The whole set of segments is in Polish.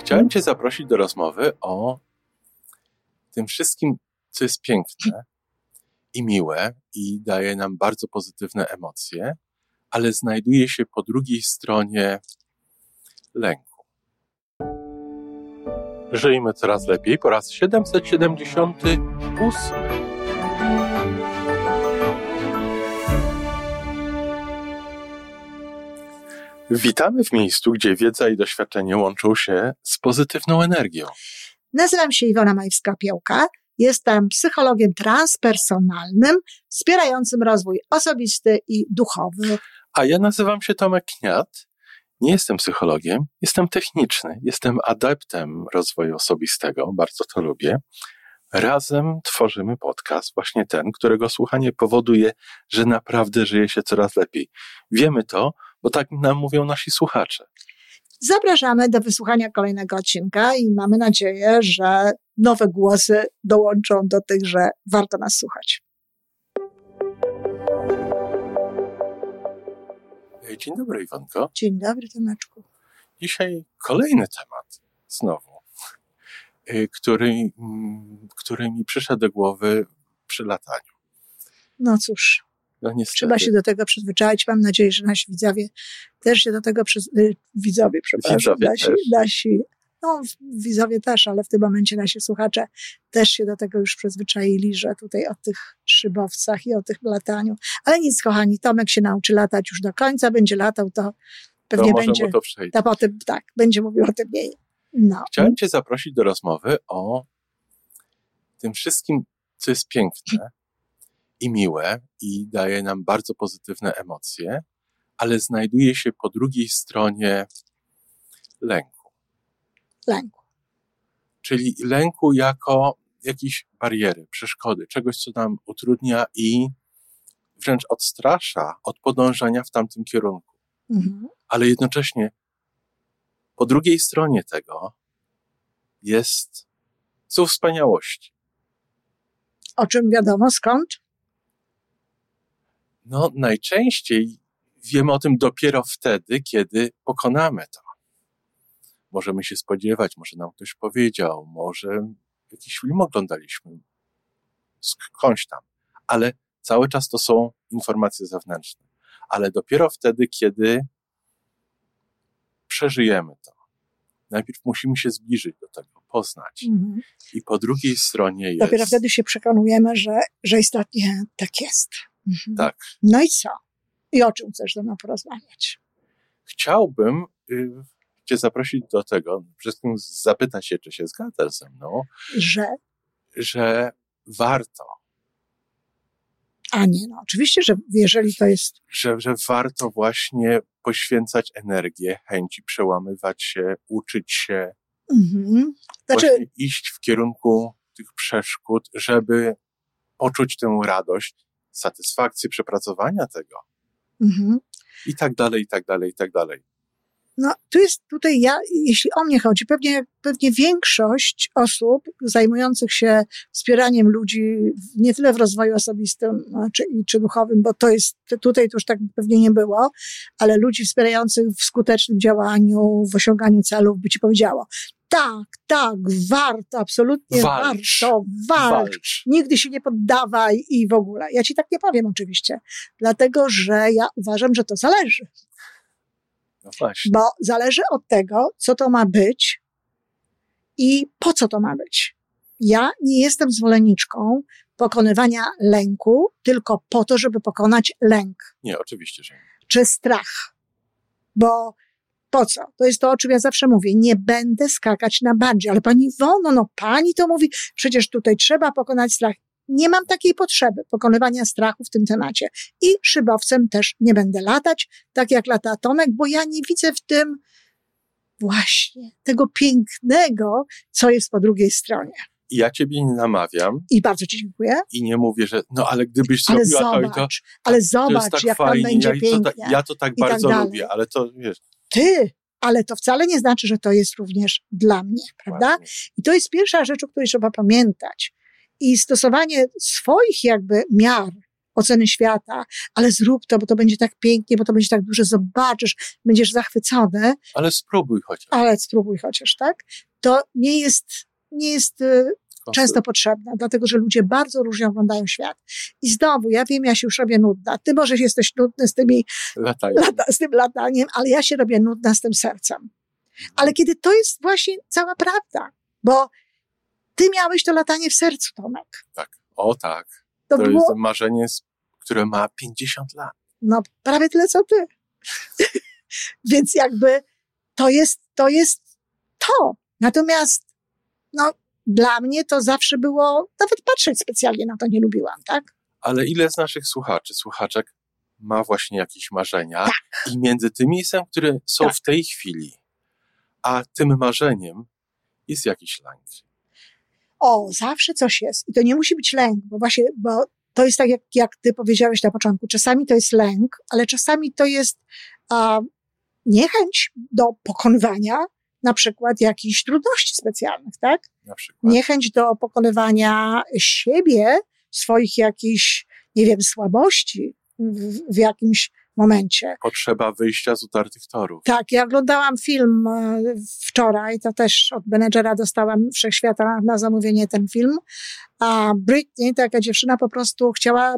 Chciałem Cię zaprosić do rozmowy o tym wszystkim, co jest piękne i miłe i daje nam bardzo pozytywne emocje, ale znajduje się po drugiej stronie lęku. Żyjmy coraz lepiej po raz 778. Witamy w miejscu, gdzie wiedza i doświadczenie łączą się z pozytywną energią. Nazywam się Iwona Majewska-Piołka. Jestem psychologiem transpersonalnym, wspierającym rozwój osobisty i duchowy. A ja nazywam się Tomek Kniat. Nie jestem psychologiem, jestem techniczny, jestem adeptem rozwoju osobistego, bardzo to lubię. Razem tworzymy podcast, właśnie ten, którego słuchanie powoduje, że naprawdę żyje się coraz lepiej. Wiemy to, bo tak nam mówią nasi słuchacze. Zapraszamy do wysłuchania kolejnego odcinka i mamy nadzieję, że nowe głosy dołączą do tych, że warto nas słuchać. Dzień dobry, Iwonko. Dzień dobry, Tomeczku. Dzisiaj kolejny temat, znowu, który mi przyszedł do głowy przy lataniu. No cóż, niestety. Trzeba się do tego przyzwyczaić. Mam nadzieję, że nasi widzowie też się do tego widzowie też, ale w tym momencie nasi słuchacze też się do tego już przyzwyczaili, że tutaj o tych szybowcach i o tych lataniu. Ale nic, kochani, Tomek się nauczy latać już do końca, będzie latał, to pewnie będzie, to potem będzie mówił o tym mniej. No. Chciałem Cię zaprosić do rozmowy o tym wszystkim, co jest piękne i miłe i daje nam bardzo pozytywne emocje, ale znajduje się po drugiej stronie lęku. Czyli lęku jako jakiejś bariery, przeszkody, czegoś, co nam utrudnia i wręcz odstrasza od podążania w tamtym kierunku. Mhm. Ale jednocześnie po drugiej stronie tego są wspaniałości. O czym wiadomo skąd? No, najczęściej wiemy o tym dopiero wtedy, kiedy pokonamy to. Możemy się spodziewać, może nam ktoś powiedział, może jakiś film oglądaliśmy, skądś tam. Ale cały czas to są informacje zewnętrzne. Ale dopiero wtedy, kiedy przeżyjemy to. Najpierw musimy się zbliżyć do tego, poznać. Mhm. I po drugiej stronie jest... Dopiero wtedy się przekonujemy, że istotnie tak jest. Mhm. Tak. No i co? I o czym chcesz ze mną porozmawiać? Chciałbym Cię zaprosić do tego, przede wszystkim zapytać się, czy się zgadzasz ze mną, że warto. A nie, no oczywiście, że jeżeli to jest... Że warto właśnie poświęcać energię, chęci, przełamywać się, uczyć się, właśnie iść w kierunku tych przeszkód, żeby poczuć tę radość, satysfakcję przepracowania tego. I tak dalej, i tak dalej, i tak dalej. No, tutaj jeśli o mnie chodzi, pewnie większość osób zajmujących się wspieraniem ludzi nie tyle w rozwoju osobistym czy duchowym, bo tutaj to już tak pewnie nie było, ale ludzi wspierających w skutecznym działaniu, w osiąganiu celów, by ci powiedziało: tak, warto, absolutnie walcz. Nigdy się nie poddawaj i w ogóle. Ja ci tak nie powiem oczywiście, dlatego że ja uważam, że to zależy. No właśnie. Bo zależy od tego, co to ma być i po co to ma być. Ja nie jestem zwolenniczką pokonywania lęku tylko po to, żeby pokonać lęk. Nie, oczywiście, że nie. Czy strach. Bo po co? To jest to, o czym ja zawsze mówię. Nie będę skakać na bungee. Ale pani Iwono, pani to mówi, przecież tutaj trzeba pokonać strach. Nie mam takiej potrzeby pokonywania strachu w tym temacie. I szybowcem też nie będę latać, tak jak lata Tomek, bo ja nie widzę w tym właśnie tego pięknego, co jest po drugiej stronie. I ja ciebie nie namawiam. I bardzo ci dziękuję. I nie mówię, że ale gdybyś zrobiła to i to. Ale zobacz, tak jak fajnie, tam będzie pięknie. Ja to tak bardzo lubię, ale to wiesz. Ale to wcale nie znaczy, że to jest również dla mnie, prawda? Właśnie. I to jest pierwsza rzecz, o której trzeba pamiętać. I stosowanie swoich jakby miar oceny świata, ale zrób to, bo to będzie tak pięknie, bo to będzie tak dużo, zobaczysz, będziesz zachwycony. Ale spróbuj chociaż. Ale spróbuj chociaż, tak? To nie jest często potrzebne, dlatego że ludzie bardzo różnie oglądają świat. I znowu, ja wiem, ja się już robię nudna. Ty może jesteś nudny z tym lataniem, ale ja się robię nudna z tym sercem. Ale kiedy to jest właśnie cała prawda, bo ty miałeś to latanie w sercu, Tomek. Tak, o tak. To jest było marzenie, które ma 50 lat. No, prawie tyle, co ty. Więc jakby to jest to. Natomiast, no, dla mnie to zawsze było, nawet patrzeć specjalnie na to nie lubiłam, tak? Ale ile z naszych słuchaczek ma właśnie jakieś marzenia tak. I między tymi miejscami, które są tak. w tej chwili, a tym marzeniem jest jakiś lęk. O, zawsze coś jest. I to nie musi być lęk, bo to jest tak, jak ty powiedziałeś na początku. Czasami to jest lęk, ale czasami to jest niechęć do pokonywania na przykład jakichś trudności specjalnych, tak? Na przykład. Niechęć do pokonywania siebie, swoich jakichś, nie wiem, słabości w jakimś momencie. Potrzeba wyjścia z utartych torów. Tak, ja oglądałam film wczoraj, to też od menedżera dostałam Wszechświata na zamówienie ten film, a Britney, taka dziewczyna po prostu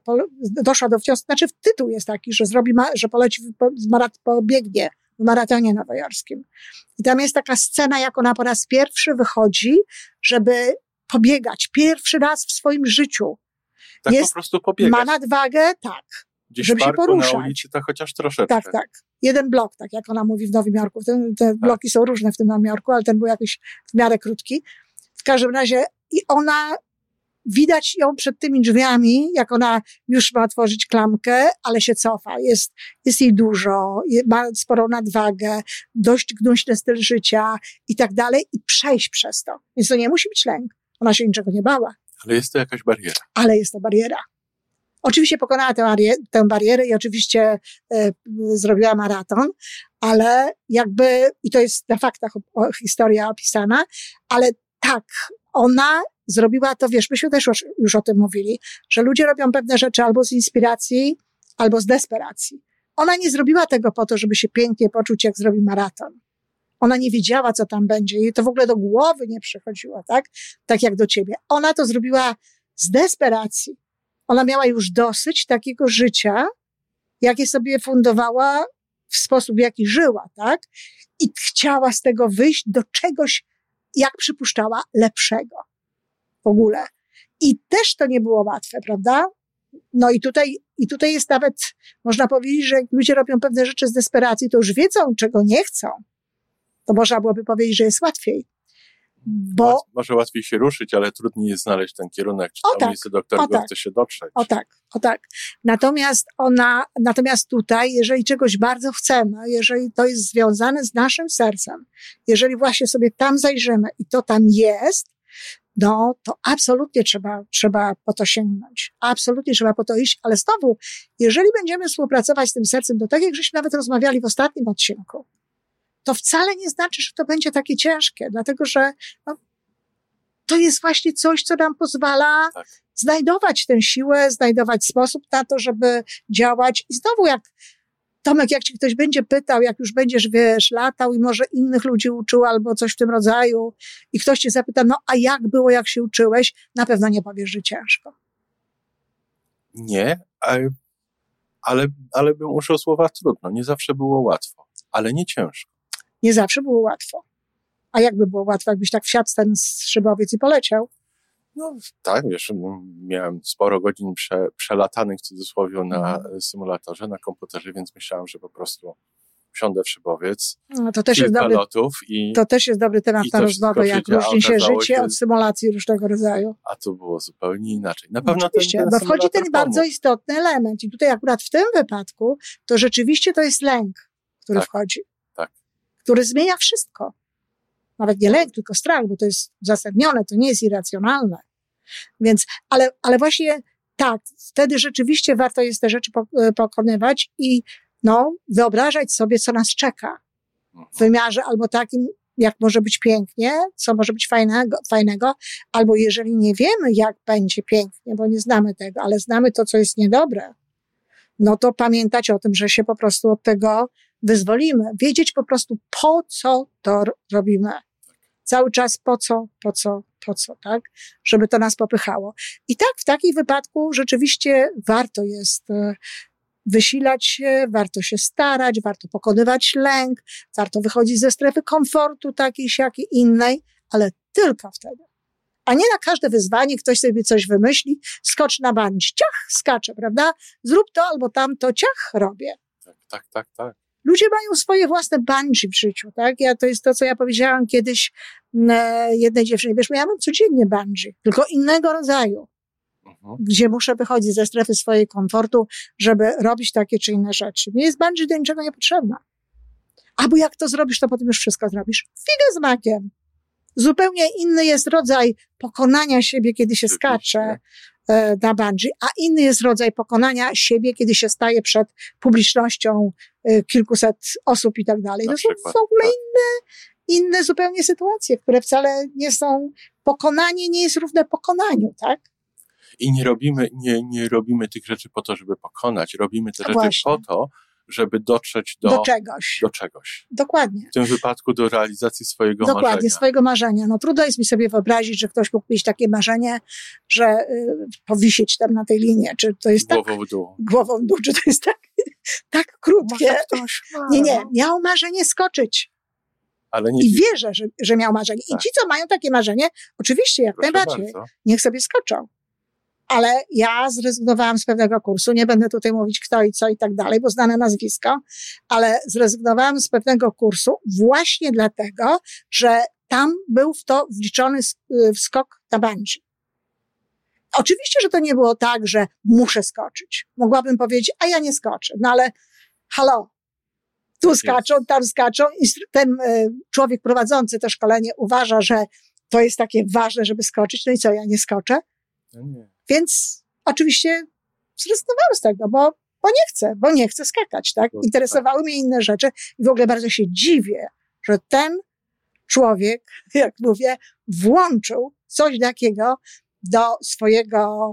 doszła do wniosku, znaczy tytuł jest taki, że poleci, pobiegnie w maratonie nowojorskim. I tam jest taka scena, jak ona po raz pierwszy wychodzi, żeby pobiegać. Pierwszy raz w swoim życiu. Tak po prostu pobiegać. Ma nadwagę, tak. Gdzieś żeby w parku, się poruszać. na ulicy, to chociaż troszeczkę. Tak. Jeden blok, tak jak ona mówi w Nowym Jorku. Te bloki są różne w tym Nowym Jorku, ale ten był jakiś w miarę krótki. W każdym razie i ona, widać ją przed tymi drzwiami, jak ona już ma otworzyć klamkę, ale się cofa. Jest jej dużo, ma sporą nadwagę, dość gnuśny styl życia i tak dalej i przejść przez to. Więc to nie musi być lęk. Ona się niczego nie bała. Ale jest to jakaś bariera. Ale jest to bariera. Oczywiście pokonała tę barierę i oczywiście zrobiła maraton, ale jakby, i to jest na faktach historia opisana, ale tak, ona zrobiła to, wiesz, myśmy też już o tym mówili, że ludzie robią pewne rzeczy albo z inspiracji, albo z desperacji. Ona nie zrobiła tego po to, żeby się pięknie poczuć, jak zrobi maraton. Ona nie wiedziała, co tam będzie. Jej to w ogóle do głowy nie przychodziło, tak? Tak jak do ciebie. Ona to zrobiła z desperacji. Ona miała już dosyć takiego życia, jakie sobie fundowała w sposób, w jaki żyła, tak? I chciała z tego wyjść do czegoś, jak przypuszczała, lepszego. W ogóle. I też to nie było łatwe, prawda? No i tutaj jest nawet, można powiedzieć, że jak ludzie robią pewne rzeczy z desperacji, to już wiedzą, czego nie chcą. To można byłoby powiedzieć, że jest łatwiej. Bo może łatwiej się ruszyć, ale trudniej jest znaleźć ten kierunek, czy tam miejsce, do którego chce się dotrzeć. O tak. Natomiast tutaj, jeżeli czegoś bardzo chcemy, jeżeli to jest związane z naszym sercem, jeżeli właśnie sobie tam zajrzymy i to tam jest, no to absolutnie trzeba po to sięgnąć. Absolutnie trzeba po to iść, ale znowu, jeżeli będziemy współpracować z tym sercem, to tak jak żeśmy nawet rozmawiali w ostatnim odcinku, to wcale nie znaczy, że to będzie takie ciężkie, dlatego że to jest właśnie coś, co nam pozwala znajdować tę siłę, znajdować sposób na to, żeby działać. I znowu Tomek, jak ci ktoś będzie pytał, jak już będziesz, wiesz, latał i może innych ludzi uczył albo coś w tym rodzaju i ktoś cię zapyta, no a jak było, jak się uczyłeś? Na pewno nie powiesz, że ciężko. Nie, ale bym użył słowa trudno. Nie zawsze było łatwo, ale nie ciężko. Nie zawsze było łatwo. A jakby było łatwo, jakbyś tak wsiadł ten szybowiec i poleciał? No tak, wiesz, miałem sporo godzin przelatanych w cudzysłowie na symulatorze, na komputerze, więc myślałem, że po prostu wsiądę w szybowiec, no, to też jest dobry, lotów i to też jest dobry temat na rozmowę, jak różni się życie od symulacji różnego rodzaju. A to było zupełnie inaczej. Na pewno oczywiście, bo wchodzi ten bardzo istotny element i tutaj akurat w tym wypadku to rzeczywiście to jest lęk, który wchodzi. Tak. Który zmienia wszystko. Nawet nie lęk, tylko strach, bo to jest uzasadnione, to nie jest irracjonalne. Więc, ale właśnie tak, wtedy rzeczywiście warto jest te rzeczy pokonywać i wyobrażać sobie, co nas czeka w wymiarze albo takim, jak może być pięknie, co może być fajnego, albo jeżeli nie wiemy, jak będzie pięknie, bo nie znamy tego, ale znamy to, co jest niedobre, no to pamiętać o tym, że się po prostu od tego wyzwolimy. Wiedzieć po prostu, po co to robimy. Cały czas po co, tak? Żeby to nas popychało. I tak, w takim wypadku rzeczywiście warto jest wysilać się, warto się starać, warto pokonywać lęk, warto wychodzić ze strefy komfortu takiej, siakiej, innej, ale tylko wtedy. A nie na każde wyzwanie ktoś sobie coś wymyśli, skocz na bungee, ciach, skaczę, prawda? Zrób to albo tamto, ciach, robię. Tak. Ludzie mają swoje własne bungee w życiu, tak? To jest to, co ja powiedziałam kiedyś jednej dziewczynie. Wiesz, ja mam codziennie bungee, tylko innego rodzaju, gdzie muszę wychodzić ze strefy swojej komfortu, żeby robić takie czy inne rzeczy. Mi jest bungee do niczego niepotrzebna. Albo jak to zrobisz, to potem już wszystko zrobisz. Figę z makiem. Zupełnie inny jest rodzaj pokonania siebie, kiedy się skacze na bungee, a inny jest rodzaj pokonania siebie, kiedy się staje przed publicznością kilkuset osób i tak dalej. To są w ogóle inne zupełnie sytuacje, które wcale nie są, pokonanie nie jest równe pokonaniu, tak? I nie robimy tych rzeczy po to, żeby pokonać. Robimy te rzeczy po to, żeby dotrzeć do czegoś. Dokładnie. W tym wypadku do realizacji swojego marzenia. Dokładnie, swojego marzenia. No trudno jest mi sobie wyobrazić, że ktoś mógł mieć takie marzenie, że powisieć tam na tej linie. Czy to jest głową w dół. Głową w dół. Czy to jest tak krótkie? Nie. Miał marzenie skoczyć. Ale nie. I wierzę, że miał marzenie. Tak. I ci, co mają takie marzenie, oczywiście jak najbardziej, niech sobie skoczą. Ale ja zrezygnowałam z pewnego kursu, nie będę tutaj mówić kto i co i tak dalej, bo znane nazwisko, ale zrezygnowałam z pewnego kursu właśnie dlatego, że tam był w to wliczony skok na bungee. Oczywiście, że to nie było tak, że muszę skoczyć. Mogłabym powiedzieć, a ja nie skoczę. No ale halo, tu skaczą, tam skaczą i ten człowiek prowadzący to szkolenie uważa, że to jest takie ważne, żeby skoczyć. No i co, ja nie skoczę? No nie. Więc oczywiście zrezygnowałam z tego, bo nie chcę skakać, tak? Interesowały mnie inne rzeczy i w ogóle bardzo się dziwię, że ten człowiek, jak mówię, włączył coś takiego do swojego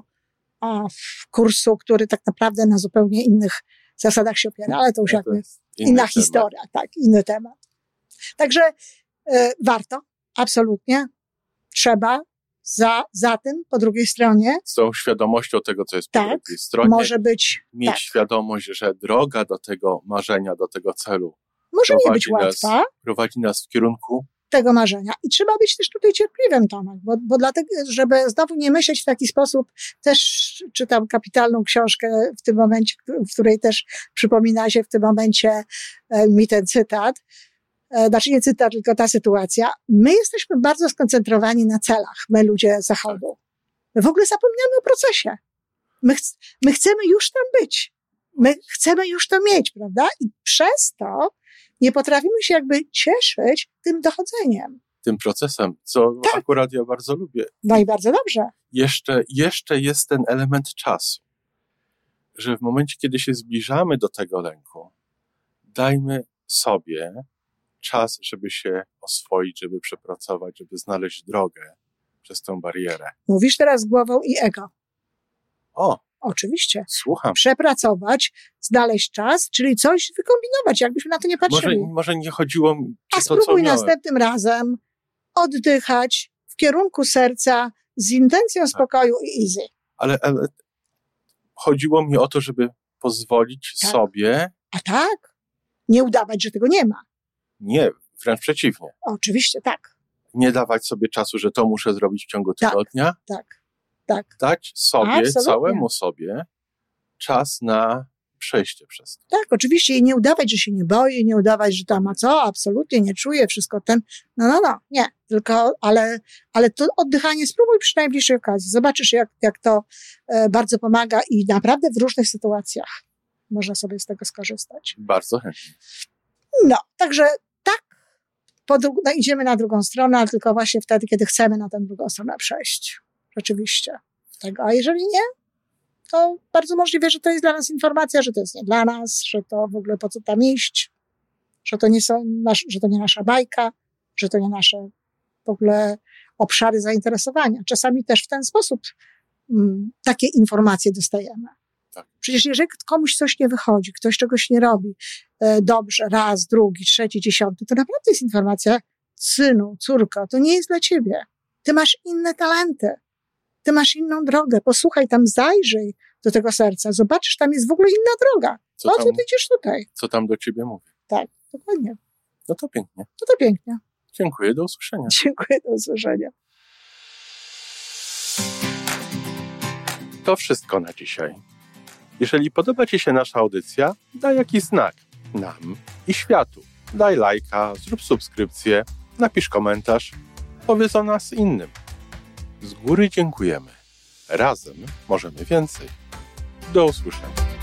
kursu, który tak naprawdę na zupełnie innych zasadach się opiera, ale to już jakby inna historia, tak, inny temat. Także warto, absolutnie, trzeba za tym, po drugiej stronie. Z tą świadomością tego, co jest po drugiej stronie. Może być. Mieć świadomość, że droga do tego marzenia, do tego celu może nie być łatwa. Prowadzi nas w kierunku tego marzenia. I trzeba być też tutaj cierpliwym, Tomek, bo dlatego, żeby znowu nie myśleć w taki sposób, też czytam kapitalną książkę w tym momencie, w której też przypomina się w tym momencie mi ten cytat. Znaczy nie cytat, tylko ta sytuacja. My jesteśmy bardzo skoncentrowani na celach, my ludzie Zachodu. My w ogóle zapominamy o procesie. My chcemy już tam być. My chcemy już to mieć, prawda? I przez to nie potrafimy się jakby cieszyć tym dochodzeniem. Tym procesem, co akurat ja bardzo lubię. No i bardzo dobrze. Jeszcze jest ten element czasu, że w momencie, kiedy się zbliżamy do tego lęku, dajmy sobie czas, żeby się oswoić, żeby przepracować, żeby znaleźć drogę przez tę barierę. Mówisz teraz głową i ego. Oczywiście. Słucham. Przepracować, znaleźć czas, czyli coś wykombinować, jakbyśmy na to nie patrzyli. Może nie chodziło mi o to, spróbuj następnym razem oddychać w kierunku serca z intencją spokoju i easy. Ale chodziło mi o to, żeby pozwolić sobie... A tak? Nie udawać, że tego nie ma. Nie, wręcz przeciwnie. Oczywiście, tak. Nie dawać sobie czasu, że to muszę zrobić w ciągu tygodnia. Tak. Dać sobie, całemu sobie czas na przejście przez to. Tak, oczywiście i nie udawać, że się nie boję, nie udawać, że tam absolutnie nie czuję, wszystko nie. Tylko, ale to oddychanie spróbuj przy najbliższej okazji. Zobaczysz, jak to bardzo pomaga i naprawdę w różnych sytuacjach można sobie z tego skorzystać. Bardzo chętnie. No, także idziemy na drugą stronę, ale tylko właśnie wtedy, kiedy chcemy na tę drugą stronę przejść. Rzeczywiście. A jeżeli nie, to bardzo możliwe, że to jest dla nas informacja, że to jest nie dla nas, że to w ogóle po co tam iść, że to nie nasza bajka że to nie nasze w ogóle obszary zainteresowania. Czasami też w ten sposób takie informacje dostajemy. Tak. Przecież jeżeli komuś coś nie wychodzi, ktoś czegoś nie robi dobrze, raz, drugi, trzeci, 10, to naprawdę jest informacja: synu, córko, to nie jest dla ciebie. Ty masz inne talenty. Ty masz inną drogę. Posłuchaj tam, zajrzyj do tego serca. Zobaczysz, tam jest w ogóle inna droga. Po co ty idziesz tutaj? Co tam do ciebie mówi? Tak, dokładnie. No to pięknie. No to pięknie. Dziękuję, do usłyszenia. Dziękuję, do usłyszenia. To wszystko na dzisiaj. Jeżeli podoba ci się nasza audycja, daj jakiś znak nam i światu. Daj lajka, zrób subskrypcję, napisz komentarz, powiedz o nas innym. Z góry dziękujemy. Razem możemy więcej. Do usłyszenia.